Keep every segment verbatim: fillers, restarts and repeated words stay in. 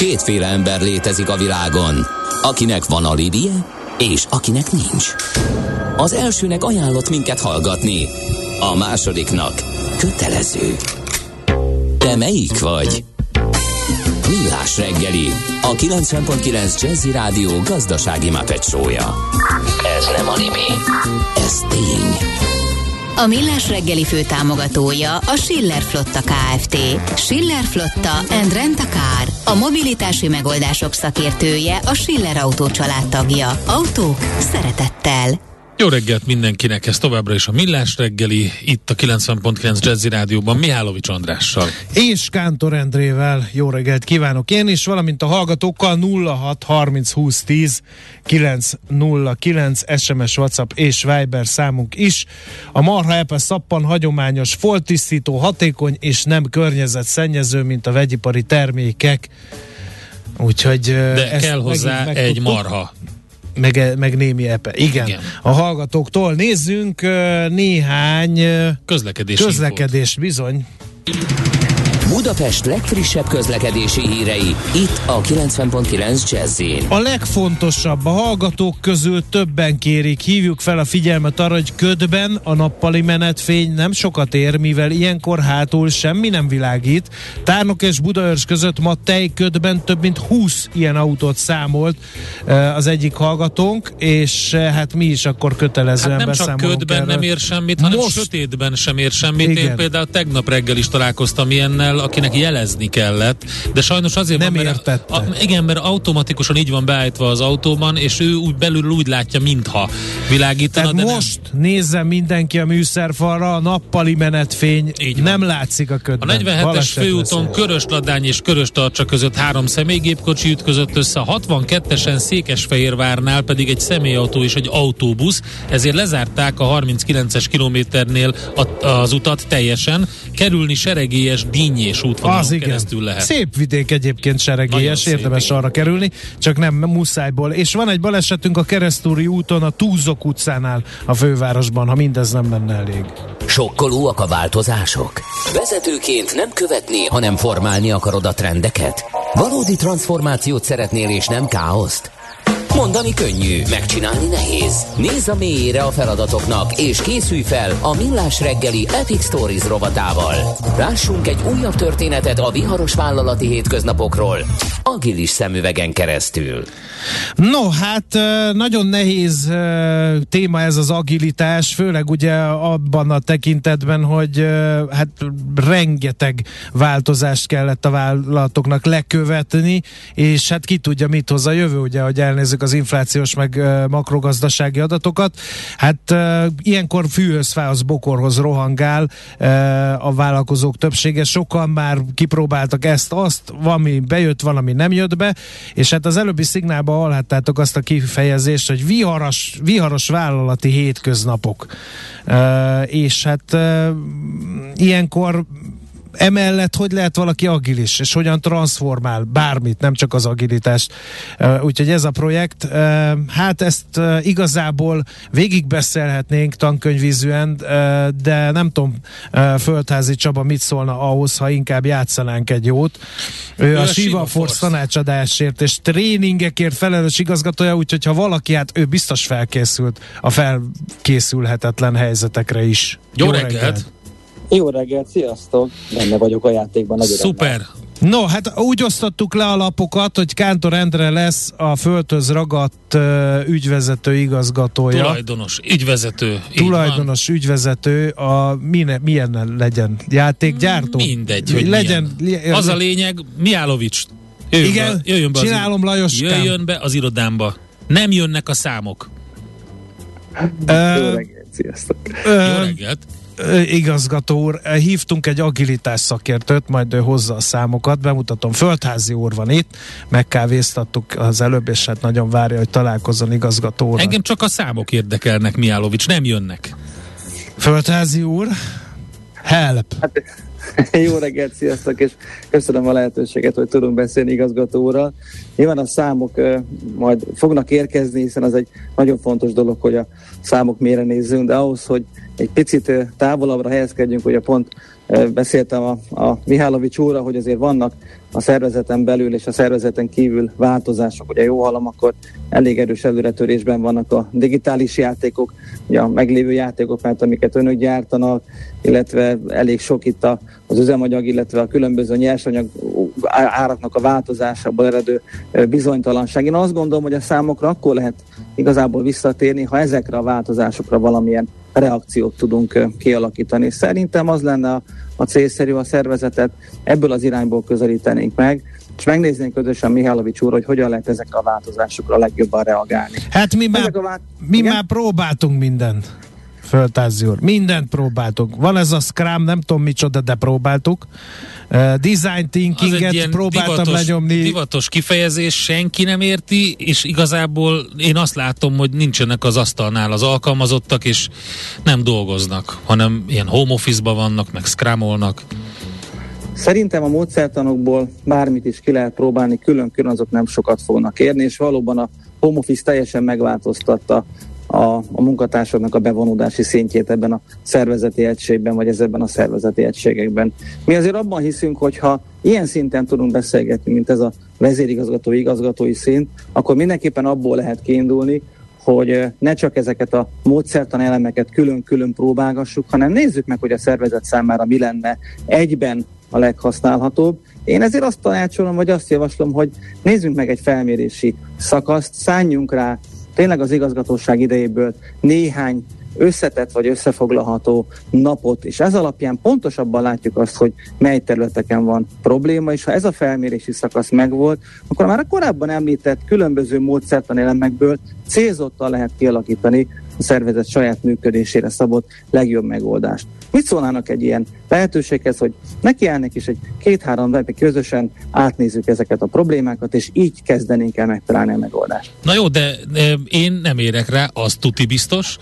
Kétféle ember létezik a világon, akinek van alibije, és akinek nincs. Az elsőnek ajánlott minket hallgatni, a másodiknak kötelező. Te melyik vagy? Millás reggeli, a kilencven pont kilenc Jazzy Rádió gazdasági Muppet show-ja. Ez nem anime, ez tény. A Millás reggeli fő támogatója a Schiller Flotta Kft. Schiller Flotta and Rent a Car. A mobilitási megoldások szakértője, a Schiller Autó család tagja. Autók szeretettel. Jó reggelt mindenkinek, ez továbbra is a Millás reggeli, itt a kilencven pont kilenc Jazzy Rádióban Mihálovics Andrással. És Kántor Endrével jó reggelt kívánok én is, valamint a hallgatókkal nulla hat harminc húsz tíz kilenc nulla kilenc es em es, WhatsApp és Viber számunk is. A Marha Epe szappan hagyományos folttisztító, hatékony és nem környezetszennyező, mint a vegyipari termékek. Úgyhogy de kell hozzá egy marha. Meg, meg némi epe. Igen. Igen. A hallgatóktól nézzünk uh, néhány uh, közlekedés közlekedést bizony. Budapest legfrissebb közlekedési hírei, itt a kilencven pont kilenc Jazzyn. A legfontosabb, a hallgatók közül többen kérik, hívjuk fel a figyelmet arra, hogy ködben a nappali menetfény nem sokat ér, mivel ilyenkor hátul semmi nem világít. Tárnok és Budaörs között ma tejködben több mint húsz ilyen autót számolt az egyik hallgatónk, és hát mi is akkor kötelezően hát nem csak ködben erről. Nem ér semmit, hanem most sötétben sem ér semmit. Igen. Én például tegnap reggel is találkoztam ilyennel, akinek jelezni kellett, de sajnos azért nem van, mert, a, igen, mert automatikusan így van beállítva az autóban, és ő úgy belül úgy látja, mintha világítana. Tehát de most nem. Nézzen mindenki a műszerfalra, a nappali menetfény nem látszik a ködben. A negyvenhetes főúton Körös-Ladány és Körös-Tarcsa között három személygépkocsi ütközött össze, a hatvankettesen Székesfehérvárnál pedig egy személyautó és egy autóbusz, ezért lezárták a harminckilences kilométernél a, az utat teljesen, kerülni Seregélyes, Dínyés útvonalon keresztül lehet. Szép vidék egyébként Seregélyes, érdemes arra kerülni, csak nem muszájból. És van egy balesetünk a Keresztúri úton, a Túzok utcánál a fővárosban, ha mindez nem lenne elég. Sokkolóak a változások? Vezetőként nem követni, hanem formálni akarod a trendeket? Valódi transformációt szeretnél és nem káoszt? Mondani könnyű, megcsinálni nehéz. Nézz a mélyére a feladatoknak, és készülj fel a Millás reggeli Epic Stories rovatával. Lássunk egy újabb történetet a viharos vállalati hétköznapokról, agilis szemüvegen keresztül. No, hát nagyon nehéz téma ez az agilitás, főleg ugye abban a tekintetben, hogy hát rengeteg változást kellett a vállalatoknak lekövetni, és hát ki tudja, mit hoz a jövő, ugye, hogy elnézzük az inflációs meg uh, makrogazdasági adatokat. Hát uh, ilyenkor fűhöz, fához, bokorhoz rohangál uh, a vállalkozók többsége. Sokan már kipróbáltak ezt, azt, valami bejött, valami nem jött be, és hát az előbbi szignálban hallhattátok azt a kifejezést, hogy viharos, viharos vállalati hétköznapok. Uh, és hát uh, ilyenkor emellett hogy lehet valaki agilis, és hogyan transformál bármit, nem csak az agilitást. Uh, úgyhogy ez a projekt, uh, hát ezt uh, igazából végigbeszélhetnénk tankönyvízűen, uh, de nem tudom, uh, Földházi Csaba mit szólna ahhoz, ha inkább játszanánk egy jót. Ő, ő a, a Shiva Force tanácsadásért és tréningekért felelős igazgatója, úgyhogy ha valaki, hát ő biztos felkészült a felkészülhetetlen helyzetekre is. Jó, Jó reggelt! reggelt. Jó reggelt, sziasztok! Benne vagyok a játékban. Szuper! No, hát úgy osztottuk le a lapokat, hogy Kántor Endre lesz a földhöz ragadt uh, ügyvezető igazgatója. Tulajdonos ügyvezető. Tulajdonos ügyvezető, a milyen, milyen legyen? Játékgyártó? Mindegy, hogy legyen. Milyen. Az a lényeg, Mihálovics. Jöjjön igen, be, jöjjön be csinálom az, Lajoskám. Jöjjön be az irodámba. Nem jönnek a számok. Uh, Jó reggelt, sziasztok! Uh, Jó reggelt! Igazgató úr, hívtunk egy agilitás szakértőt, majd ő hozza a számokat, bemutatom, Földházi úr van itt, megkávéztattuk az előbb, és hát nagyon várja, hogy találkozzon igazgató úr. Engem csak a számok érdekelnek, Mihálovics, nem jönnek. Földházi úr, help! Hát, jó reggelt, sziasztok, és köszönöm a lehetőséget, hogy tudunk beszélni igazgató úrral. Nyilván a számok uh, majd fognak érkezni, hiszen az egy nagyon fontos dolog, hogy a számok mélyre nézzünk, de ahhoz, hogy egy picit uh, távolabbra helyezkedjünk, ugye pont uh, beszéltem a, a Mihálovics úrra, hogy azért vannak a szervezeten belül és a szervezeten kívül változások. Ugye jó hallom, akkor elég erős előretörésben vannak a digitális játékok, ugye a meglévő játékok, mert amiket önök gyártanak, illetve elég sok itt a, az üzemanyag, illetve a különböző nyersanyag áraknak a változásából eredő bizonytalanság. Én azt gondolom, hogy a számokra akkor lehet igazából visszatérni, ha ezekre a változásokra valamilyen reakciót tudunk kialakítani. Szerintem az lenne a, a célszerű, a szervezetet ebből az irányból közelítenénk meg, és megnéznénk közösen Mihálovics úr, hogy hogyan lehet ezekre a változásokra legjobban reagálni. Hát mi, már, vált... mi már próbáltunk mindent, Földházi úr. Mindent próbáltunk. Van ez a Scrum, nem tudom micsoda, de próbáltuk. Uh, design thinkinget próbáltam divatos, lenyomni. Divatos kifejezés, senki nem érti, és igazából én azt látom, hogy nincsenek az asztalnál az alkalmazottak, és nem dolgoznak, hanem ilyen home office-ban vannak, meg scrumolnak. Szerintem a módszertanokból bármit is ki lehet próbálni, külön-külön azok nem sokat fognak érni, és valóban a home office teljesen megváltoztatta a, a munkatársaknak a bevonódási szintjét ebben a szervezeti egységben, vagy ezekben a szervezeti egységekben. Mi azért abban hiszünk, hogy ha ilyen szinten tudunk beszélgetni, mint ez a vezérigazgatói, igazgatói szint, akkor mindenképpen abból lehet kiindulni, hogy ne csak ezeket a módszertan elemeket külön-külön próbálgassuk, hanem nézzük meg, hogy a szervezet számára mi lenne egyben a leghasználhatóbb. Én ezért azt tanácsolom, vagy azt javaslom, hogy nézzünk meg egy felmérési szakaszt, szálljunk rá tényleg az igazgatóság idejéből néhány összetett vagy összefoglalható napot, és ez alapján pontosabban látjuk azt, hogy mely területeken van probléma, és ha ez a felmérési szakasz megvolt, akkor már a korábban említett különböző módszertan elemekből célzottan lehet kialakítani a szervezet saját működésére szabott legjobb megoldást. Mit szólnának egy ilyen lehetőséghez, hogy nekiállnék és egy két-három webbe közösen átnézzük ezeket a problémákat, és így kezdenénk el megtalálni a megoldást. Na jó, de e, én nem érek rá, az tuti biztos.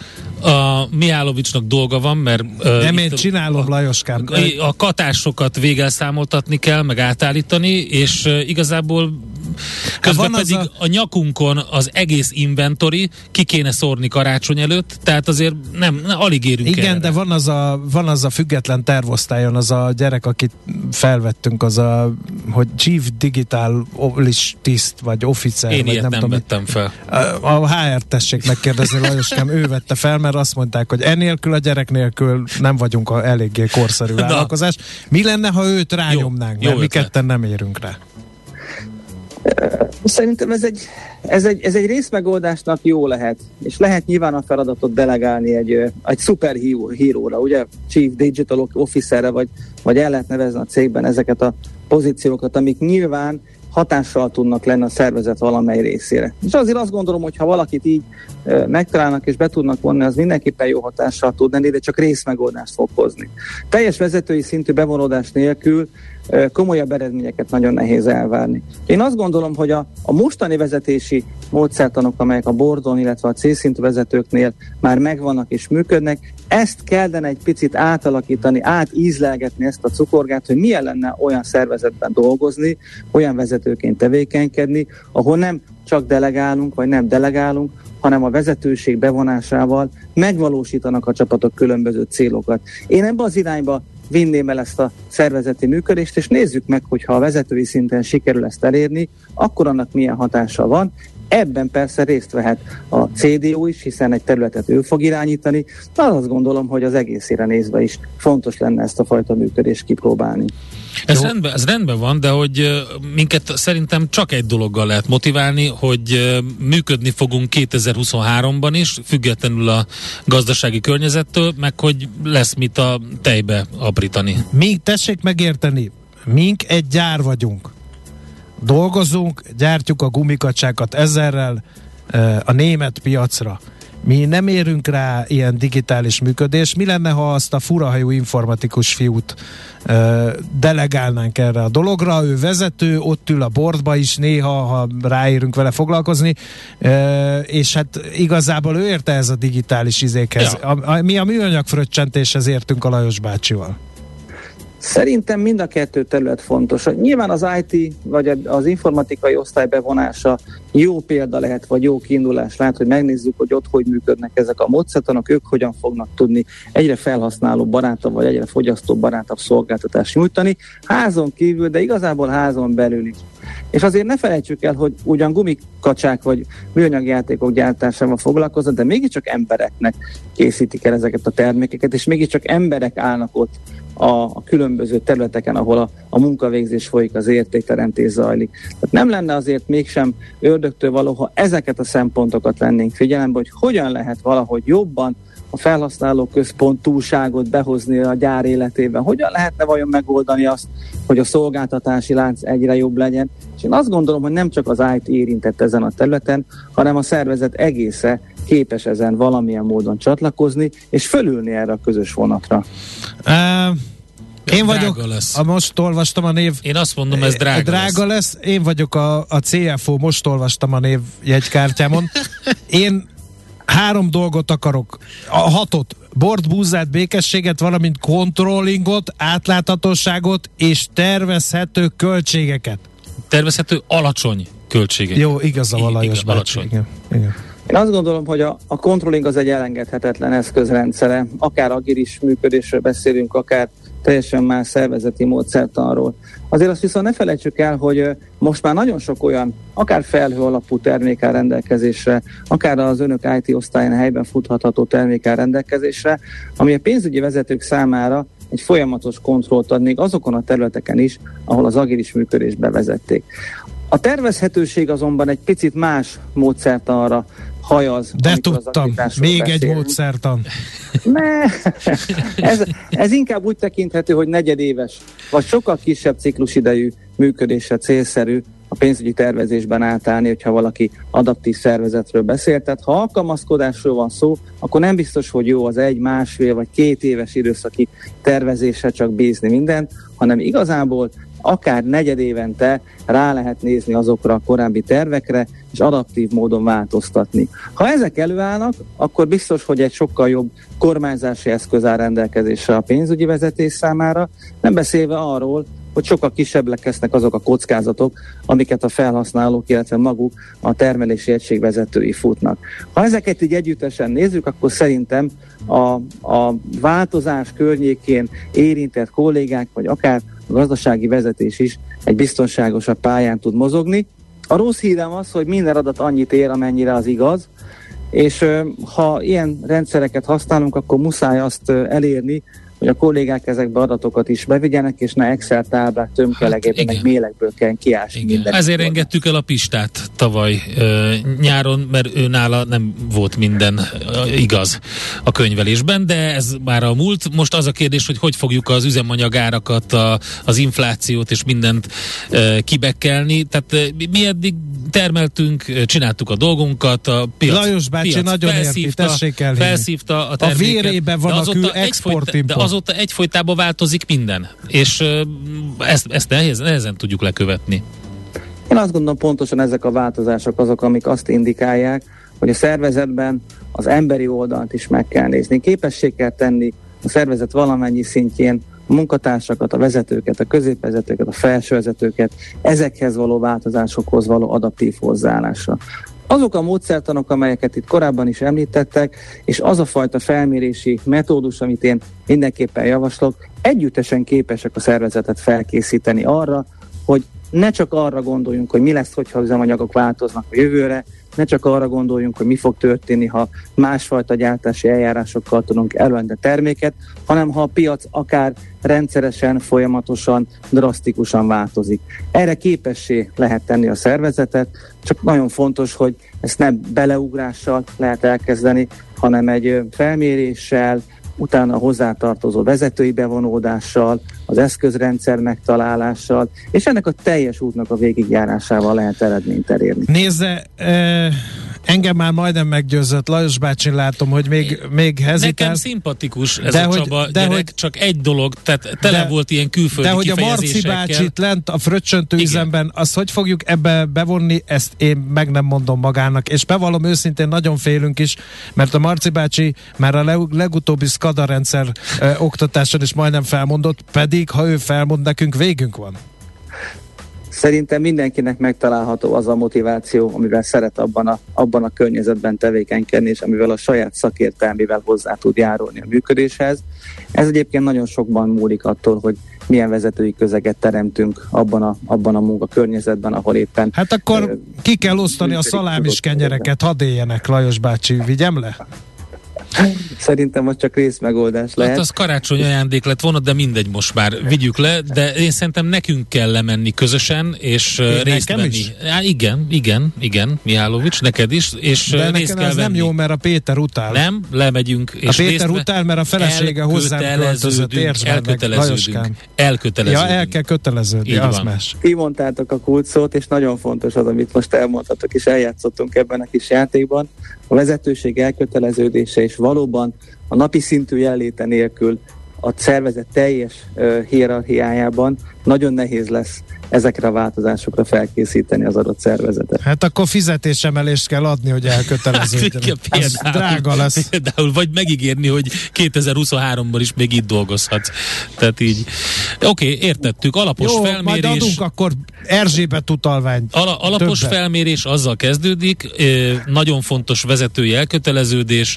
A Mihálovicsnak dolga van, mert... E, nem én csinálom, Lajoskám. A, a katásokat végelszámoltatni kell, meg átállítani, és e, igazából közben pedig a... a nyakunkon az egész inventory ki kéne szórni karácsony előtt, tehát azért nem, nem alig érünk igen, erre. de van az, a, van az a független tervosztályon, az a gyerek, akit felvettünk, az a, hogy Chief Digital Tiszt, vagy Officer. Én vagy ilyet nem, nem tudom, vettem fel. A, a há er tessék megkérdezni, Lajoskám, ő vette fel, mert azt mondták, hogy enélkül a gyerek nélkül nem vagyunk a eléggé korszerű vállalkozás. Mi lenne, ha őt rányomnánk, jó, mert jó mi ketten nem érünk rá? Szerintem ez egy, ez egy, ez egy részmegoldásnak jó lehet, és lehet nyilván a feladatot delegálni egy, egy szuperhíróra, ugye Chief Digital Officerre, vagy, vagy el lehet nevezni a cégben ezeket a pozíciókat, amik nyilván hatással tudnak lenni a szervezet valamely részére. És azért azt gondolom, hogy ha valakit így e, megtalálnak és be tudnak vonni, az mindenképpen jó hatással tud lenni, de csak részmegoldást fog hozni. Teljes vezetői szintű bevonódás nélkül e, komolyabb eredményeket nagyon nehéz elvárni. Én azt gondolom, hogy a, a mostani vezetési módszertanok, amelyek a boardon, illetve a C-szintű vezetőknél már megvannak és működnek, ezt kellene egy picit átalakítani, átízlelgetni ezt a cukorgát, hogy milyen lenne olyan szervezetben dolgozni, olyan vezetőként tevékenykedni, ahol nem csak delegálunk, vagy nem delegálunk, hanem a vezetőség bevonásával megvalósítanak a csapatok különböző célokat. Én ebbe az irányba vinném el ezt a szervezeti működést, és nézzük meg, hogy ha a vezetői szinten sikerül ezt elérni, akkor annak milyen hatása van. Ebben persze részt vehet a cé dé o is, hiszen egy területet ő fog irányítani, de azt gondolom, hogy az egészére nézve is fontos lenne ezt a fajta működést kipróbálni. Ez rendben, ez rendben van, de hogy minket szerintem csak egy dologgal lehet motiválni, hogy működni fogunk kétezer-huszonháromban is, függetlenül a gazdasági környezettől, meg hogy lesz mit a tejbe aprítani. Mink, tessék megérteni, mink egy gyár vagyunk. Dolgozunk, gyártjuk a gumikacsákat ezerrel a német piacra. Mi nem érünk rá ilyen digitális működés. Mi lenne, ha azt a furahajú informatikus fiút ö, delegálnánk erre a dologra? Ő vezető, ott ül a boardba is néha, ha ráérünk vele foglalkozni, ö, és hát igazából ő érte ez a digitális izékhez. Ja. A, a, mi a műanyag fröccsentéshez értünk a Lajos bácsival. Szerintem mind a kettő terület fontos. Nyilván az i té vagy az informatikai osztály bevonása jó példa lehet, vagy jó kiindulás lehet, hogy megnézzük, hogy ott hogy működnek ezek a módszertanok, ők hogyan fognak tudni egyre felhasználó barátabb, vagy egyre fogyasztó barátabb szolgáltatást nyújtani, házon kívül, de igazából házon belül is. És azért ne felejtsük el, hogy ugyan gumikacsák vagy műanyag játékok gyártásával foglalkoznak, de mégiscsak embereknek készítik el ezeket a termékeket, és mégiscsak emberek állnak ott a, a különböző területeken, ahol a, a munkavégzés folyik, az értékteremtés zajlik. Tehát nem lenne azért mégsem ördögtől való, ha ezeket a szempontokat vennénk figyelembe, hogy hogyan lehet valahogy jobban a felhasználó központúságot behozni a gyár életében. Hogyan lehetne vajon megoldani azt, hogy a szolgáltatási lánc egyre jobb legyen? És én azt gondolom, hogy nem csak az i té érintett ezen a területen, hanem a szervezet egésze képes ezen valamilyen módon csatlakozni, és fölülni erre a közös vonatra. Uh, én drága vagyok, lesz. A, most olvastam a név. Én azt mondom, ez drága, drága lesz. lesz. Én vagyok a, a cé ef o, most olvastam a név jegykártyámon. Én három dolgot akarok. A hatot. Bort, búzát, békességet, valamint controllingot, átláthatóságot és tervezhető költségeket. Tervezhető alacsony költségek. Jó, igaza van Lajos alacsony. Igen, igen. Én azt gondolom, hogy a, a controlling az egy elengedhetetlen eszközrendszere. Akár agilis működésről beszélünk, akár teljesen más szervezeti módszertanról. Azért azt viszont ne felejtsük el, hogy most már nagyon sok olyan, akár felhő alapú termék áll rendelkezésre, akár az önök i té osztályán helyben futhatható termék áll rendelkezésre, ami a pénzügyi vezetők számára egy folyamatos kontrollt ad még azokon a területeken is, ahol az agilis működést bevezették. A tervezhetőség azonban egy picit más módszertanra hajaz. De tudtam, még beszélünk. Egy módszertan. Ne, ez, ez inkább úgy tekinthető, hogy negyedéves, vagy sokkal kisebb ciklusidejű működésre célszerű a pénzügyi tervezésben átállni, hogyha valaki adaptív szervezetről beszél. Tehát ha alkalmazkodásról van szó, akkor nem biztos, hogy jó az egy, másfél vagy két éves időszaki tervezésre csak bízni mindent, hanem igazából akár negyedévente rá lehet nézni azokra a korábbi tervekre, és adaptív módon változtatni. Ha ezek előállnak, akkor biztos, hogy egy sokkal jobb kormányzási eszköz áll rendelkezésre a pénzügyi vezetés számára, nem beszélve arról, hogy sokkal kisebbek lesznek azok a kockázatok, amiket a felhasználók, illetve maguk a termelési egységvezetői futnak. Ha ezeket így együttesen nézzük, akkor szerintem a, a változás környékén érintett kollégák, vagy akár a gazdasági vezetés is egy biztonságosabb pályán tud mozogni. A rossz hírem az, hogy minden adat annyit ér, amennyire az igaz, és ha ilyen rendszereket használunk, akkor muszáj azt elérni, hogy a kollégák ezekbe adatokat is bevigyenek, és ne Excel táblák tömkelegében, hát meg mélekből kell kiásni minden. Ezért engedtük el a Pistát tavaly ö, nyáron, mert ő nála nem volt minden ö, igaz a könyvelésben, de ez már a múlt. Most az a kérdés, hogy hogy fogjuk az üzemanyagárakat, a, az inflációt és mindent ö, kibekkelni. Tehát ö, mi eddig termeltünk, csináltuk a dolgunkat, a piac, Lajos bácsi piac nagyon érti, tessék elhinni. Felszívta a terméket. A vérében van a kül export-import. Azóta egyfolytában változik minden, és ezt, ezt nehéz, nehezen tudjuk lekövetni. Én azt gondolom, pontosan ezek a változások azok, amik azt indikálják, hogy a szervezetben az emberi oldalt is meg kell nézni. Képessé kell tenni a szervezet valamennyi szintjén a munkatársakat, a vezetőket, a középvezetőket, a felsővezetőket, ezekhez való változásokhoz való adaptív hozzáállásra. Azok a módszertanok, amelyeket itt korábban is említettek, és az a fajta felmérési metódus, amit én mindenképpen javaslok, együttesen képesek a szervezetet felkészíteni arra, hogy ne csak arra gondoljunk, hogy mi lesz, hogyha üzemanyagok változnak a jövőre, ne csak arra gondoljunk, hogy mi fog történni, ha másfajta gyártási eljárásokkal tudunk előadni terméket, hanem ha a piac akár rendszeresen, folyamatosan, drasztikusan változik. Erre képessé lehet tenni a szervezetet, csak nagyon fontos, hogy ezt nem beleugrással lehet elkezdeni, hanem egy felméréssel, utána a hozzátartozó vezetői bevonódással, az eszközrendszer megtalálással, és ennek a teljes útnak a végigjárásával lehet eredményt elérni. Nézze, Engem már majdnem meggyőzött, Lajos bácsin, látom, hogy még, még hezitál. Nekem szimpatikus ez de a hogy, Csaba de gyerek, hogy, csak egy dolog, tehát tele de, volt ilyen külföldi de hogy a Marci bácsit lent a fröccsöntő üzemben, azt hogy fogjuk ebbe bevonni, ezt én meg nem mondom magának, és bevallom őszintén, nagyon félünk is, mert a Marci bácsi már a leg, legutóbbi SCADA rendszer ö, oktatáson is majdnem felmondott, pedig ha ő felmond, nekünk végünk van. Szerintem mindenkinek megtalálható az a motiváció, amivel szeret abban a, abban a környezetben tevékenykedni, és amivel a saját szakértelmével hozzá tud járulni a működéshez. Ez egyébként nagyon sokban múlik attól, hogy milyen vezetői közeget teremtünk abban a, abban a munkakörnyezetben, ahol éppen... Hát akkor uh, ki kell osztani a szalámis kenyereket, hadd éljenek, Lajos bácsi, vigyem le? Szerintem az csak részmegoldás lehet. Hát az karácsony ajándék lett volna, de mindegy, most már vigyük le, de én szerintem nekünk kell lemenni közösen, és én részt venni. Is? Há, igen, igen, igen, Mihálovics, neked is, és de részt kell ez venni. Nem jó, mert a Péter utál. Nem, lemegyünk. És a Péter utál, mert a felesége hozzám költözött, értsd meg, elköteleződünk. Elköteleződünk. Ja, el kell köteleződni, az más. Kimondtátok a kulcsszót, és nagyon fontos az, amit most elmondhatok, és eljátszottunk ebben a kis játékban. A vezetőség elköteleződése, és valóban a napi szintű jelenléte nélkül a szervezet teljes uh, hierarchiájában nagyon nehéz lesz ezekre a változásokra felkészíteni az adott szervezetet. Hát akkor fizetésemelést kell adni, hogy elköteleződjön. Hát, ez drága lesz. Például, vagy megígérni, hogy kétezer-huszonháromban is még itt dolgozhatsz. Tehát így. Oké, okay, értettük. Alapos jó, felmérés. Majd adunk akkor Erzsébet utalványt. Ala, alapos többet. Felmérés azzal kezdődik. E, nagyon fontos vezetői elköteleződés,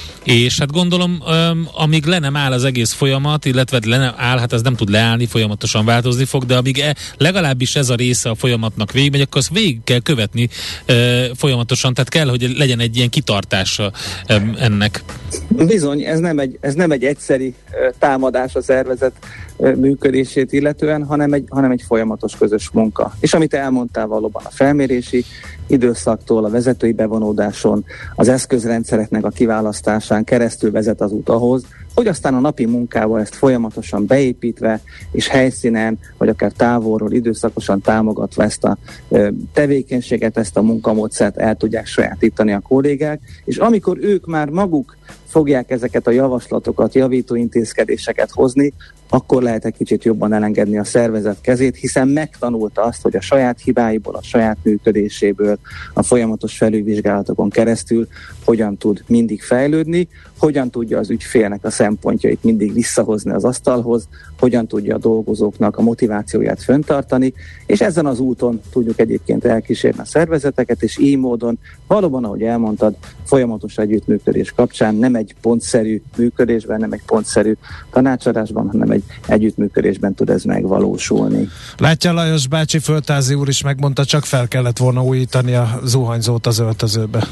és hát gondolom, um, amíg le nem áll az egész folyamat, illetve le nem áll, hát ez nem tud leállni, folyamatosan változni fog, de amíg e, legalábbis ez a része a folyamatnak végigmegy, akkor azt végig kell követni e, folyamatosan, tehát kell, hogy legyen egy ilyen kitartása e, ennek. Bizony, ez nem egy, ez nem egy egyszeri e, támadás a szervezet e, működését illetően, hanem egy, hanem egy folyamatos közös munka. És amit elmondtál valóban a felmérési időszaktól, a vezetői bevonódáson, az eszközrendszereknek a kiválasztásán keresztül vezet az út ahhoz, hogy aztán a napi munkával ezt folyamatosan beépítve, és helyszínen, vagy akár távolról időszakosan támogatva ezt a ö, tevékenységet, ezt a munkamódszert el tudják sajátítani a kollégák, és amikor ők már maguk fogják ezeket a javaslatokat, javító intézkedéseket hozni, akkor lehet egy kicsit jobban elengedni a szervezet kezét, hiszen megtanulta azt, hogy a saját hibáiból, a saját működéséből, a folyamatos felülvizsgálatokon keresztül hogyan tud mindig fejlődni, hogyan tudja az ügyfélnek a szempontjait mindig visszahozni az asztalhoz, hogyan tudja a dolgozóknak a motivációját fenntartani, és ezen az úton tudjuk egyébként elkísérni a szervezeteket, és így módon valóban, ahogy elmondtad, folyamatos együttműködés kapcsán nem egy pontszerű működésben, nem egy pontszerű tanácsadásban, hanem egy együttműködésben tud ez megvalósulni. Látja, Lajos bácsi, Földházi úr is megmondta, csak fel kellett volna újítani a zuhanyzót az öltözőbe.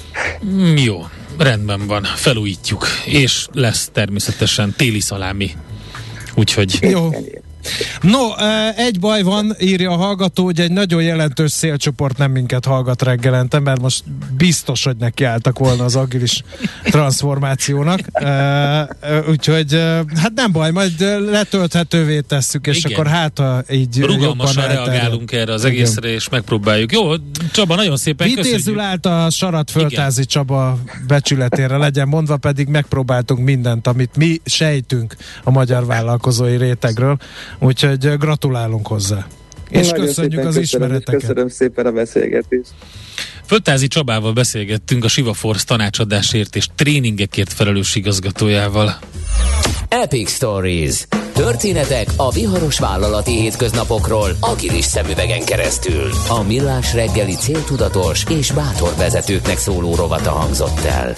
Mm, jó, rendben van, felújítjuk, és lesz természetesen téli szalámi. Úgyhogy... Jó. No, egy baj van, írja a hallgató, hogy egy nagyon jelentős szélcsoport nem minket hallgat reggelente, mert most biztos, hogy nekiálltak volna az agilis transformációnak. Úgyhogy hát nem baj, majd letölthetővé tesszük, és igen, akkor hát, ha így rugalmasan reagálunk erre az egészre, és megpróbáljuk. Jó, Csaba, nagyon szépen köszönjük. Vitézül állt a Sarat Földházi Csaba becsületére, legyen mondva, pedig megpróbáltunk mindent, amit mi sejtünk a magyar vállalkozói rétegről. Úgyhogy gratulálunk hozzá. És nagyon köszönjük az köszönöm, ismereteket. Köszönöm szépen a beszélgetést. Földházi Csabával beszélgettünk, a Siva Force tanácsadásért és tréningekért felelős igazgatójával. Epic Stories. Történetek a viharos vállalati hétköznapokról agilis szemüvegen keresztül. A Millás reggeli céltudatos és bátor vezetőknek szóló rovata hangzott el.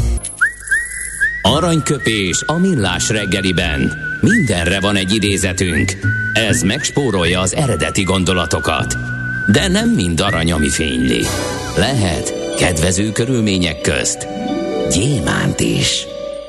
Aranyköpés a Millás reggeliben. Mindenre van egy idézetünk. Ez megspórolja az eredeti gondolatokat. De nem mind arany, ami fényli. Lehet kedvező körülmények közt gyémánt is.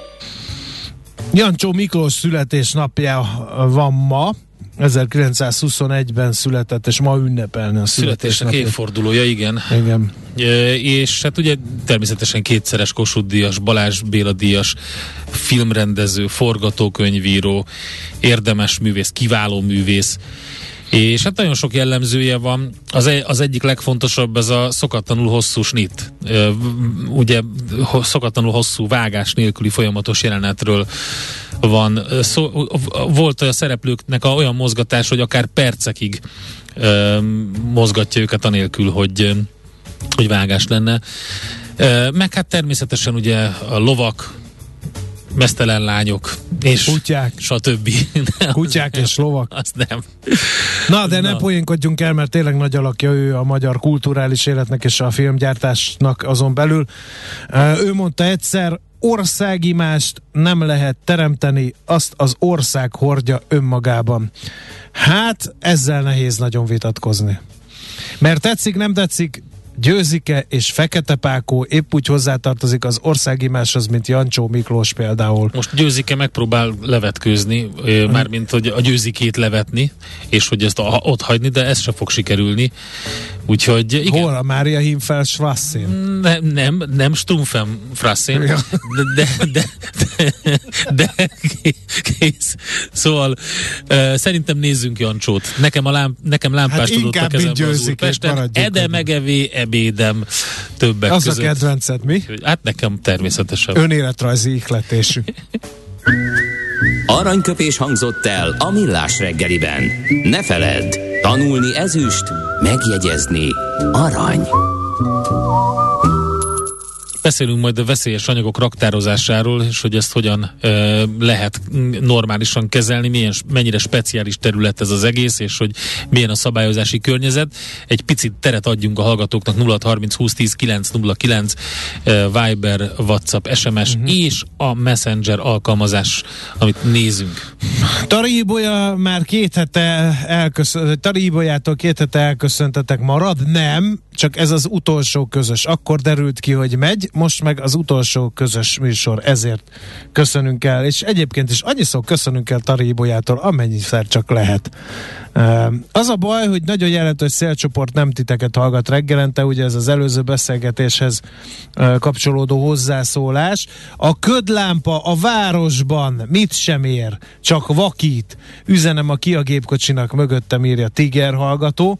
Jancsó Miklós születésnapja van ma. ezerkilencszázhuszonegyben született, és ma ünnepelni a születésnek évfordulója, igen. Igen. E, és hát ugye természetesen kétszeres Kossuth díjas, Balázs Béla díjas filmrendező, forgatókönyvíró, érdemes művész, kiváló művész, És hát nagyon sok jellemzője van. Az, e, az egyik legfontosabb ez a szokatlanul hosszú snit. Ugye szokatlanul hosszú vágás nélküli folyamatos jelenetről van szó. Volt a szereplőknek olyan mozgatás, hogy akár percekig mozgatja őket anélkül, hogy, hogy vágás lenne. Meg hát természetesen ugye a lovak, meztelen lányok, és kutyák, stb. Kutyák és lovak. Azt nem. Na, de Na. ne poénkodjunk el, mert tényleg nagy alakja ő a magyar kulturális életnek és a filmgyártásnak azon belül. Ő mondta egyszer, országimást nem lehet teremteni, azt az ország hordja önmagában. Hát ezzel nehéz nagyon vitatkozni. Mert tetszik, nem tetszik, Győzike és Fekete Pákó épp úgy hozzátartozik az országimáshoz, mint Jancsó Miklós például. Most Győzike megpróbál levetkőzni, mármint hogy a Győzikét levetni, és hogy ezt a, ott hagyni, de ez se fog sikerülni. Úgyhogy igen. Hol a Mária Hinfeld Schwasszén? Nem, nem, nem Strumpfen Frasszén, ja. de, de, de, de, de kész. Szóval uh, szerintem nézzünk Jancsót. Nekem, a lám, nekem lámpást hát tudott a kezembe az Úrpesten. Ede megevé, ebédem többek az között. Az a kedvenced, mi? Hát nekem természetesen. Önéletrajzi ihletésű. Aranyköpés hangzott el a Millás reggeliben. Ne feledd, tanulni ezüst, megjegyezni arany. Beszélünk majd a veszélyes anyagok raktározásáról, és hogy ezt hogyan ö, lehet normálisan kezelni, milyen, mennyire speciális terület ez az egész, és hogy milyen a szabályozási környezet. Egy picit teret adjunk a hallgatóknak, nulla harminc húsz tíz kilenc nulla kilenc, ö, Viber, WhatsApp, es em es uh-huh. és a Messenger alkalmazás, amit nézünk. Tari Ibolya már két hete elköszönt, Tari Ibolyától két hete elköszöntetek, marad? Nem, csak ez az utolsó közös. Akkor derült ki, hogy megy, most meg az utolsó közös műsor, ezért köszönünk el, és egyébként is annyiszor köszönünk el Tari Ibolyától, amennyiszer csak lehet. Az a baj, hogy nagyon jelentős szélcsoport nem titeket hallgat reggelente, ugye ez az előző beszélgetéshez kapcsolódó hozzászólás. A ködlámpa a városban mit sem ér, csak vakít. Üzenem a Kia gépkocsinak, mögöttem, írja Tiger hallgató.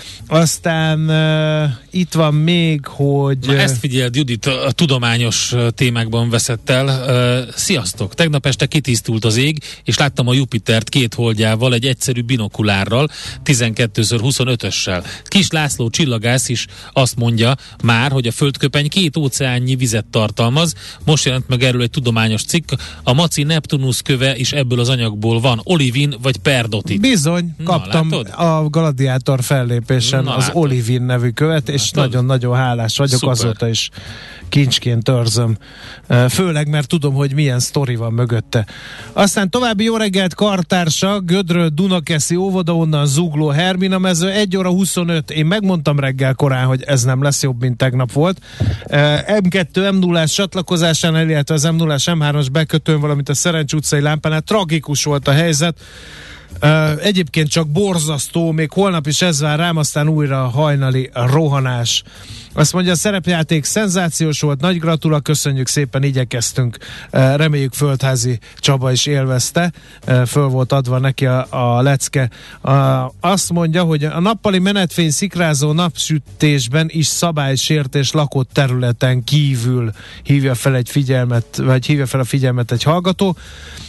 Aztán uh, itt van még, hogy... Na ezt figyeld, Judit, a tudományos témákban veszett el. Uh, sziasztok! Tegnap este kitisztult az ég, és láttam a Jupitert két holdjával, egy egyszerű binokulárral, tizenkettő huszonötössel. Kis László csillagász is azt mondja már, hogy a földköpeny két óceánnyi vizet tartalmaz. Most jelent meg erről egy tudományos cikk. A Maci Neptunusz köve is ebből az anyagból van. Olivin vagy perdotit. Bizony, kaptam Na, a Gladiátor fellépésen Na, az látod. Olivin nevű követ, és nagyon-nagyon hálás vagyok, Szuper. Azóta is kincsként őrzöm. Főleg, mert tudom, hogy milyen sztori van mögötte. Aztán további jó reggelt, kartársa, Gödről Dunakeszi óvoda, onnan Zugló Hermina mező, egy óra huszonöt. Én megmondtam reggel korán, hogy ez nem lesz jobb, mint tegnap volt. em kettő em nullás csatlakozásán, illetve az em nullás em hármas bekötőn, valamint a Szerencs utcai lámpánál tragikus volt a helyzet. Uh, egyébként csak borzasztó, még holnap is ez vár rám, aztán újra hajnali rohanás. Azt mondja, a szerepjáték szenzációs volt, nagy gratula, köszönjük szépen, igyekeztünk. Uh, reméljük Földházi Csaba is élvezte, uh, föl volt adva neki a, a lecke. Uh, azt mondja, hogy a nappali menetfény szikrázó napsütésben is szabálysértés lakott területen kívül hívja fel egy figyelmet, vagy hívja fel a figyelmet egy hallgató.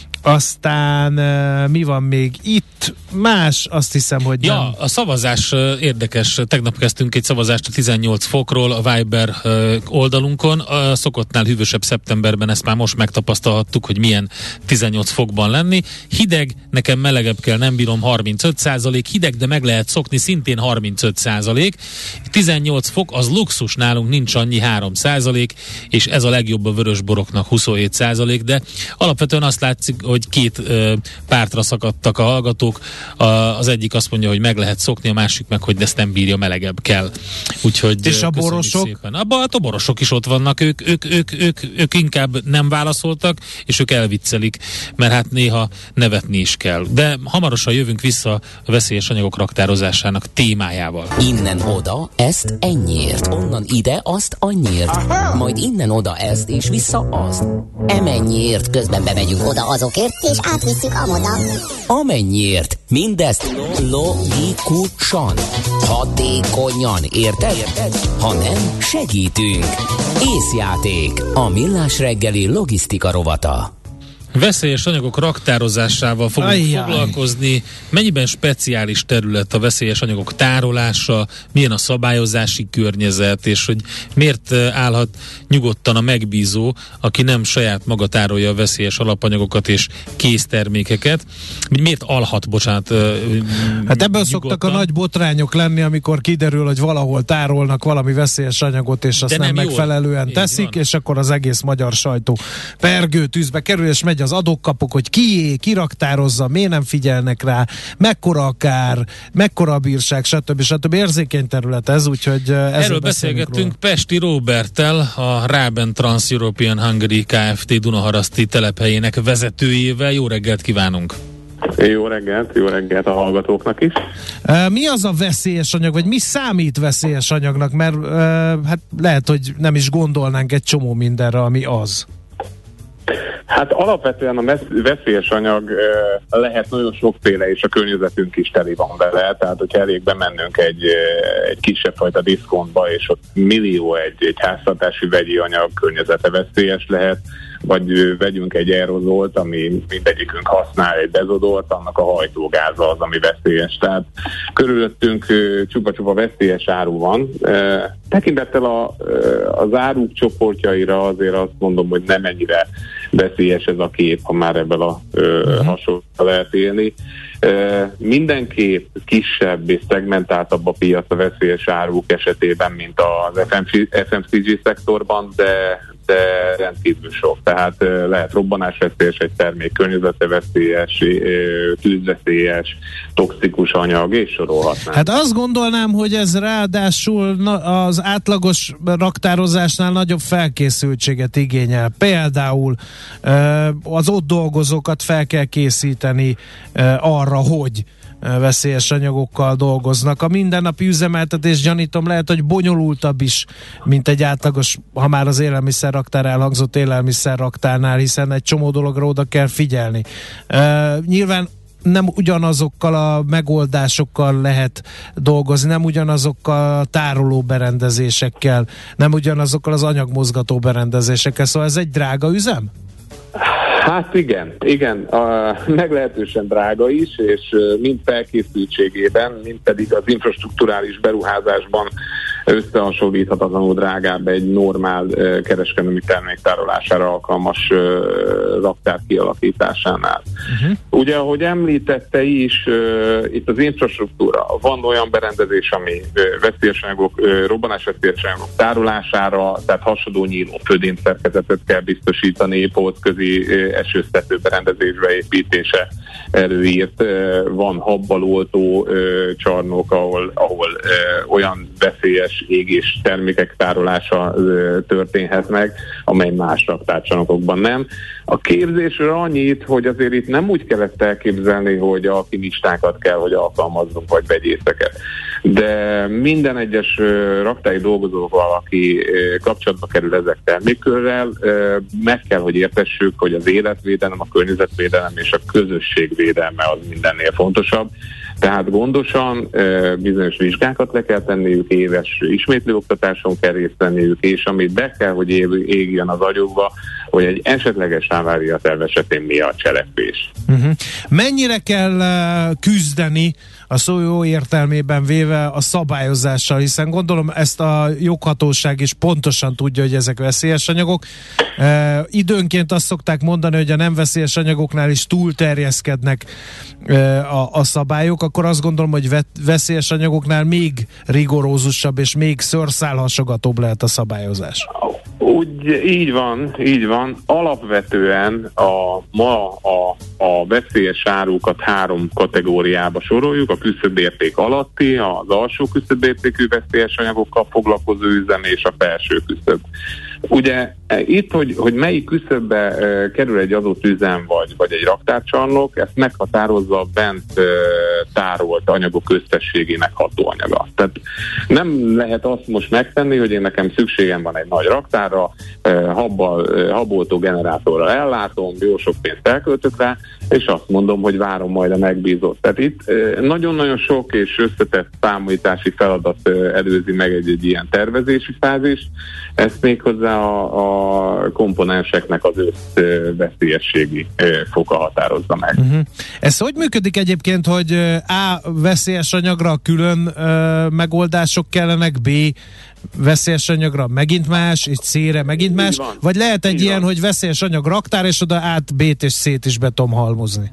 Aztán uh, mi van még itt? Más, azt hiszem, hogy ja, nem. A szavazás uh, érdekes. Tegnap kezdtünk egy szavazást a tizennyolc fokról a Viber uh, oldalunkon. A szokottnál hűvösebb szeptemberben ezt már most megtapasztalhattuk, hogy milyen tizennyolc fokban lenni. Hideg, nekem melegebb kell, nem bírom, harmincöt százalék. Hideg, de meg lehet szokni, szintén harmincöt százalék. tizennyolc fok, az luxus, nálunk nincs annyi, három százalék, és ez a legjobb a vörösboroknak, huszonhét százalék, de alapvetően azt látszik, hogy két ö, pártra szakadtak a hallgatók. A, az egyik azt mondja, hogy meg lehet szokni, a másik meg, hogy ezt nem bírja, melegebb kell. Úgyhogy és a borosok? Szépen. Abba, a borosok is ott vannak, ők, ők, ők, ők, ők inkább nem válaszoltak, és ők elviccelik, mert hát néha nevetni is kell. De hamarosan jövünk vissza a veszélyes anyagok raktározásának témájával. Innen oda, ezt ennyiért, onnan ide, azt annyiért, majd innen oda ezt, és vissza azt. Emennyiért, közben bemegyünk oda azokért, annyiért, és átvisszük amoda. Amennyiért. Mindezt logikusan, hatékonyan, érted? Érted? Ha nem, segítünk. Észjáték. A Millás reggeli logisztika rovata. Veszélyes anyagok raktározásával fogunk Ajjaj. foglalkozni. Mennyiben speciális terület a veszélyes anyagok tárolása, milyen a szabályozási környezet, és hogy miért állhat nyugodtan a megbízó, aki nem saját maga tárolja a veszélyes alapanyagokat és késztermékeket. Miért alhat, bocsánat, Hát ebből szoktak a nagy botrányok lenni, amikor kiderül, hogy valahol tárolnak valami veszélyes anyagot, és azt nem, nem megfelelően teszik, és akkor az egész magyar sajtó pergő tűzbe kerül, és megy az adókkapok, hogy kié, kiraktározza, miért nem figyelnek rá, mekkora a kár, mekkora a bírság, stb. stb. Érzékeny terület ez, úgyhogy erről beszélgettünk róla. Pesti Róberttel, a Raben Trans-European Hungary Kft. Dunaharaszti telephelyének vezetőjével. Jó reggelt kívánunk! Jó reggelt, jó reggelt a hallgatóknak is. Mi az a veszélyes anyag, vagy mi számít veszélyes anyagnak? Mert hát lehet, hogy nem is gondolnánk egy csomó mindenre, ami az. Hát alapvetően a veszélyes anyag lehet nagyon sokféle, és a környezetünk is teli van vele, tehát hogyha elég bemennünk egy, egy kisebb fajta diszkontba, és ott millió egy, egy háztartási vegyi anyag környezete veszélyes lehet, vagy vegyünk egy aerozolt, ami mindegyikünk használ, egy dezodort, annak a hajtógáza az, ami veszélyes. Tehát körülöttünk csupa-csupa veszélyes áru van. Tekintettel a, az áruk csoportjaira azért azt mondom, hogy nem ennyire veszélyes ez a kép, ha már ebben a uh-huh. hasonlóra lehet élni. Mindenképp kisebb és szegmentáltabb a piac a veszélyes áruk esetében, mint az ef em cé gé szektorban, de de rendkívül sok. Tehát lehet robbanásveszélyes egy termék, környezeteveszélyes, tűzveszélyes, toxikus anyag, és sorolhatnám. Hát azt gondolnám, hogy ez ráadásul az átlagos raktározásnál nagyobb felkészültséget igényel. Például az ott dolgozókat fel kell készíteni arra, hogy veszélyes anyagokkal dolgoznak. A mindennapi üzemeltetés, gyanítom, lehet, hogy bonyolultabb is, mint egy átlagos, ha már az élelmiszerraktár elhangzott élelmiszerraktárnál, hiszen egy csomó dologra oda kell figyelni. Uh, nyilván nem ugyanazokkal a megoldásokkal lehet dolgozni, nem ugyanazokkal a tároló berendezésekkel, nem ugyanazokkal az anyagmozgató berendezésekkel, szóval ez egy drága üzem? Hát igen, igen, a, meglehetősen drága is, és mind felkészültségében, mind pedig az infrastrukturális beruházásban összehasonlíthatatlanul drágább egy normál uh, kereskedelmi termék tárolására alkalmas uh, raktár kialakításánál. Uh-huh. Ugye, ahogy említette is, uh, itt az infrastruktúra, van olyan berendezés, ami uh, veszélyes anyagok, uh, robbanásveszélyes anyagok tárolására, tehát hasadó nyíló födény szerkezetet kell biztosítani, polcközi uh, esőztető berendezésbe építése előírt. Uh, van habbaloltó uh, csarnok, ahol, ahol uh, olyan veszélyes égés termékek tárolása ö, történhet meg, amely más raktárcsarnokokban nem. A képzésről annyit, hogy azért itt nem úgy kell ezt elképzelni, hogy alkimistákat kell, hogy alkalmazzunk, vagy vegyészeket. De minden egyes ö, raktári dolgozóval, aki ö, kapcsolatba kerül ezek termékkörrel, ö, meg kell, hogy értessük, hogy az életvédelem, a környezetvédelem és a közösségvédelme az mindennél fontosabb. Tehát gondosan bizonyos vizsgákat le kell tenniük, éves ismétlőoktatáson kell részt venniük, és amit be kell, hogy égjen az agyukba, hogy egy esetleges áváriaterv esetén mi a cselekvés. Uh-huh. Mennyire kell uh, küzdeni a szó jó értelmében véve a szabályozással, hiszen gondolom ezt a joghatóság is pontosan tudja, hogy ezek veszélyes anyagok. Uh, időnként azt szokták mondani, hogy a nem veszélyes anyagoknál is túlterjeszkednek uh, a, a szabályok, akkor azt gondolom, hogy ve- veszélyes anyagoknál még rigorózusabb és még szőrszálhasogatóbb lehet a szabályozás. Úgy, így van, így van. Alapvetően a, ma a, a veszélyes árukat három kategóriába soroljuk, a küszöbérték alatti, az alsó küszöbértékű veszélyes anyagokkal foglalkozó üzem és a felső küszöb. Ugye Itt, hogy, hogy melyik küszöbbe uh, kerül egy adott üzem vagy, vagy egy raktárcsarnok, ezt meghatározza a bent uh, tárolt anyagok összességének hatóanyaga. Tehát nem lehet azt most megtenni, hogy én nekem szükségem van egy nagy raktárra, uh, habbal, uh, habboltó generátorral ellátom, jó sok pénzt elköltök rá, és azt mondom, hogy várom majd a megbízott. Tehát itt uh, nagyon-nagyon sok és összetett számítási feladat uh, előzi meg egy, egy ilyen tervezési fázis, ezt méghozzá a, a komponenseknek az összveszélyességi foka határozza meg. Uh-huh. Ez hogy működik egyébként, hogy A veszélyes anyagra külön uh, megoldások kellenek, B veszélyes anyagra megint más, és C-re megint más, vagy lehet egy Így ilyen, van. hogy veszélyes anyag raktár, és oda át B-t és C-t is be tudom halmozni?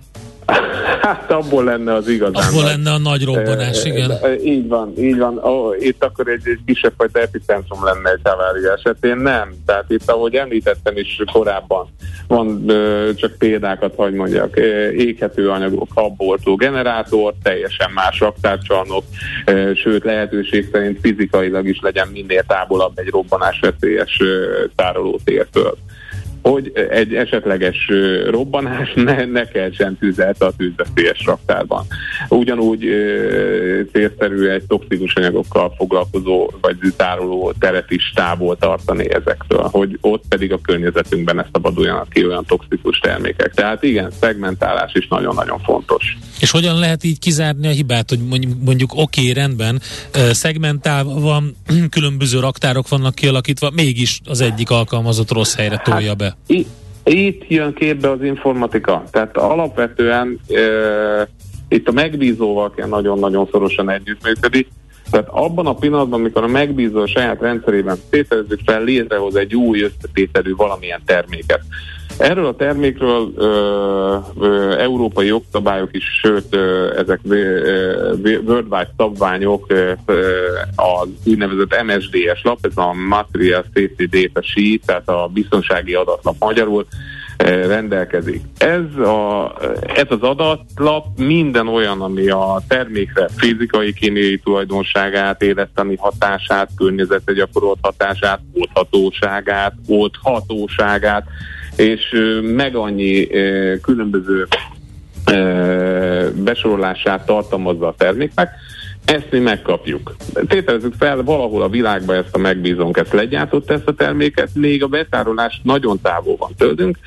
Hát abból lenne az igazán. Abból nagy, lenne a nagy robbanás, e, igen. E, így van, így van. Oh, itt akkor egy, egy kisebb fajta epicentrum lenne egy havária esetén. Nem. Tehát itt, ahogy említettem is korábban, van ö, csak példákat, hogy mondjak, éghető anyagok, habboltó generátor, teljesen más raktárcsarnok, ö, sőt lehetőség szerint fizikailag is legyen minél távolabb egy robbanásveszélyes tárolótértől, hogy egy esetleges robbanás ne, ne keltsen tüzet a tűzveszélyes raktárban. Ugyanúgy ö, célszerű egy toxikus anyagokkal foglalkozó vagy tároló teret is távol tartani ezektől, hogy ott pedig a környezetünkben ne szabaduljanak ki olyan toxikus termékek. Tehát igen, szegmentálás is nagyon-nagyon fontos. És hogyan lehet így kizárni a hibát, hogy mondjuk, mondjuk oké, okay, rendben, szegmentálva van, különböző raktárok vannak kialakítva, mégis az egyik alkalmazott rossz helyre tolja be. I- itt jön képbe az informatika. Tehát alapvetően e, itt a megbízóval kell nagyon-nagyon szorosan együttműködni. Tehát abban a pillanatban, amikor a megbízó a saját rendszerében tételezzük fel, létrehoz egy új összetételű valamilyen terméket. Erről a termékről ö, ö, európai jogszabályok is, sőt ö, ezek ö, worldwide szabványok, ö, az úgynevezett em es dé es lap, ez a Material Safety Data Sheet, tehát a biztonsági adatlap magyarul ö, rendelkezik. Ez, a, ez az adatlap minden olyan, ami a termékre fizikai, kémiai tulajdonságát, élettani hatását, környezetre gyakorolt hatását, oldhatóságát, oldhatóságát, és meg annyi különböző besorolását tartalmazza a terméknek, ezt mi megkapjuk. Tételezzük fel, valahol a világban ezt a megbízónk ezt legyártott ezt a terméket, még a beszárolást nagyon távol van tőlünk,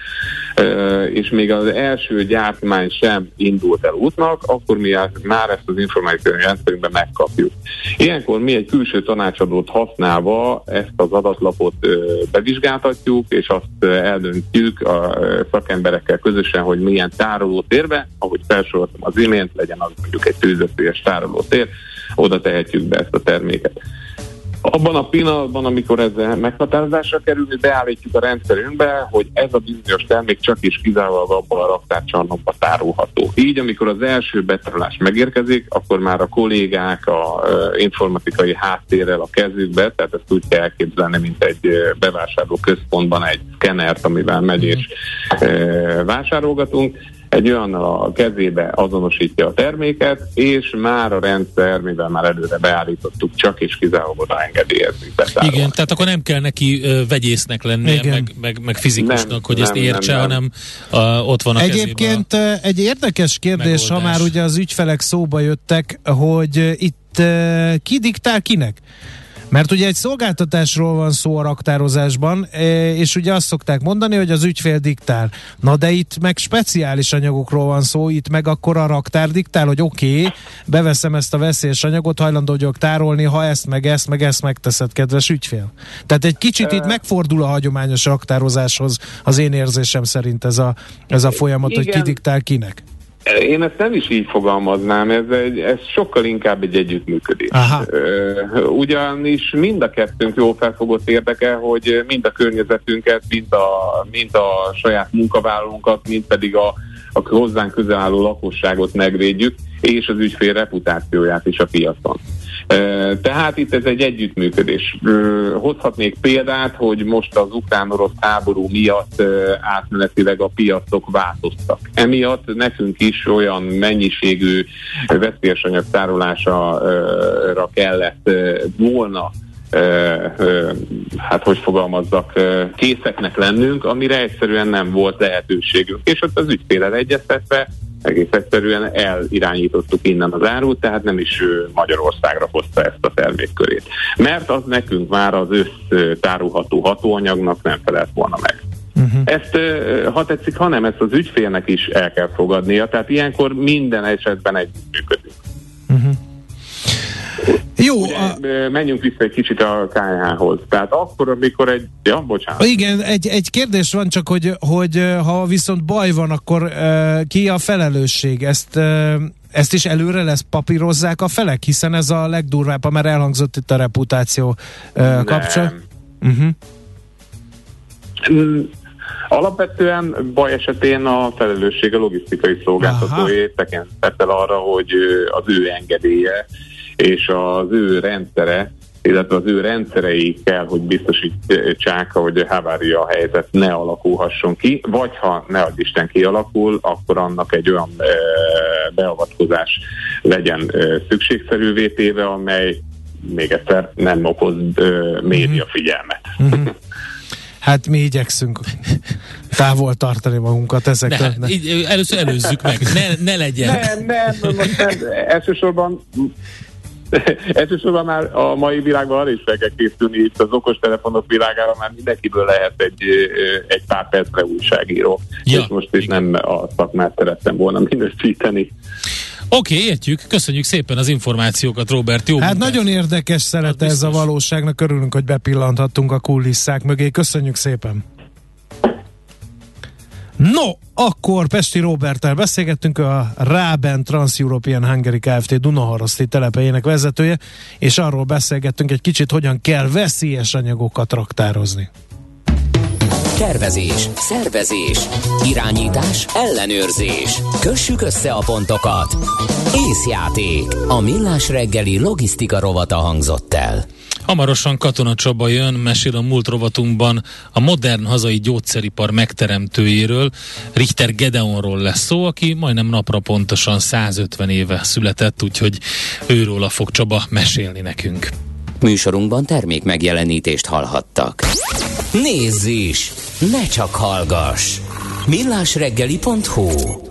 és még az első gyártmány sem indult el útnak, akkor mi már ezt az informatikai rendszerünkben megkapjuk. Ilyenkor mi egy külső tanácsadót használva ezt az adatlapot bevizsgáltatjuk, és azt eldöntjük a szakemberekkel közösen, hogy milyen tárolótérbe, ahogy felsoroltam az imént, legyen az mondjuk egy tűzveszélyes tárolótér, oda tehetjük be ezt a terméket. Abban a pillanatban, amikor ez meghatározásra kerül, mi beállítjuk a rendszerünkbe, hogy ez a bizonyos termék csak is kizárólag abban a raktárcsarnokban tárolható. Így, amikor az első betárolás megérkezik, akkor már a kollégák a uh, informatikai háttérrel a kezükbe, tehát ezt úgy kell elképzelni, mint egy uh, bevásárló központban egy szkennert, amivel megy és uh, vásárolgatunk, egy olyannal a kezébe azonosítja a terméket, és már a rendszer, mivel már előre beállítottuk, csak és kizárólag oda engedélyezni. Igen, tehát akkor nem kell neki ö, vegyésznek lennie, meg, meg, meg fizikusnak, nem, hogy nem, ezt értse, nem, nem. hanem a, ott van a Egyébként kezében a egy érdekes kérdés, megoldás. Ha már ugye az ügyfelek szóba jöttek, hogy itt ki diktál kinek? Mert ugye egy szolgáltatásról van szó a raktározásban, és ugye azt szokták mondani, hogy az ügyfél diktál. Na de itt meg speciális anyagokról van szó, itt meg akkor a raktár diktál, hogy oké, okay, beveszem ezt a veszélyes anyagot, hajlandó vagyok tárolni, ha ezt meg ezt meg ezt megteszed, kedves ügyfél. Tehát egy kicsit itt megfordul a hagyományos raktározáshoz az én érzésem szerint ez a, ez a folyamat, igen, hogy ki diktál kinek. Én ezt nem is így fogalmaznám, ez, egy, ez sokkal inkább egy együttműködés. Aha. Ugyanis mind a kettőnk jól felfogott érdeke, hogy mind a környezetünket, mind a, mind a saját munkavállalónkat, mind pedig a, a hozzánk közel álló lakosságot megvédjük, és az ügyfél reputációját is a piacon. Tehát itt ez egy együttműködés. Hozhatnék példát, hogy most az ukrán-orosz háború miatt átmenetileg a piacok változtak. Emiatt nekünk is olyan mennyiségű veszélyes anyag tárolására kellett volna ö, ö, hát hogy fogalmazzak, ö, készeknek lennünk, amire egyszerűen nem volt lehetőségünk. És ott az ügyféllel egyeztetve egész egyszerűen elirányítottuk innen az árut, tehát nem is Magyarországra hozta ezt a termékkörét. Mert az nekünk már az össztárolható hatóanyagnak nem felelt volna meg. Uh-huh. Ezt, ha tetszik, hanem ezt az ügyfélnek is el kell fogadnia, tehát ilyenkor minden esetben együttműködünk. Uh-huh. Jó. Ugye, a... menjünk vissza egy kicsit a ká há hoz. Tehát akkor, amikor egy... Ja, bocsánat. Igen, egy, egy kérdés van csak, hogy, hogy ha viszont baj van, akkor uh, ki a felelősség? Ezt, uh, ezt is előre lesz papírozzák a felek? Hiszen ez a legdurvább, mert elhangzott itt a reputáció uh, kapcsán. Uh-huh. Mm. Alapvetően baj esetén a felelősség a logisztikai szolgáltatóé tekintettel arra, hogy az ő engedélye és az ő rendszere, illetve az ő rendszerei kell, hogy biztosítsák, hogy a havária helyzet ne alakulhasson ki, vagy ha ne adj Isten kialakul, akkor annak egy olyan e, beavatkozás legyen e, szükségszerűvé téve, amely még egyszer nem okoz e, média figyelmet. Mm-hmm. Hát mi igyekszünk távol tartani magunkat ezektől. Ne, így, először előzzük meg, ne, ne legyen. Nem, nem, most nem. Elsősorban, elsősorban már a mai világban arra is fel kell készülni, itt az okostelefonok világára már mindenkiből lehet egy, egy pár percre újságíró. Ja, és most is igen. Nem a szakmát szerettem volna minősíteni. Oké, okay, értjük. Köszönjük szépen az információkat, Robert. Jó hát munkát. Nagyon érdekes szerete ez a valóságnak. Örülünk, hogy bepillanthattunk a kulisszák mögé. Köszönjük szépen. No, akkor Pesti Róberttel beszélgettünk, a Raben Trans-European Hungary Kft. Dunaharaszti telepelyének vezetője, és arról beszélgettünk egy kicsit, hogyan kell veszélyes anyagokat raktározni. Tervezés, szervezés, irányítás, ellenőrzés. Kössük össze a pontokat. Észjáték. A Millás reggeli logisztika rovata hangzott el. Hamarosan Katona Csaba jön, mesél a múlt rovatunkban a modern hazai gyógyszeripar megteremtőjéről, Richter Gedeonról lesz szó, aki majdnem napra pontosan százötven éve született, úgyhogy őróla fog Csaba mesélni nekünk. Műsorunkban termék megjelenítést hallhattak. Nézz is! Ne csak hallgass! millásreggeli pont hu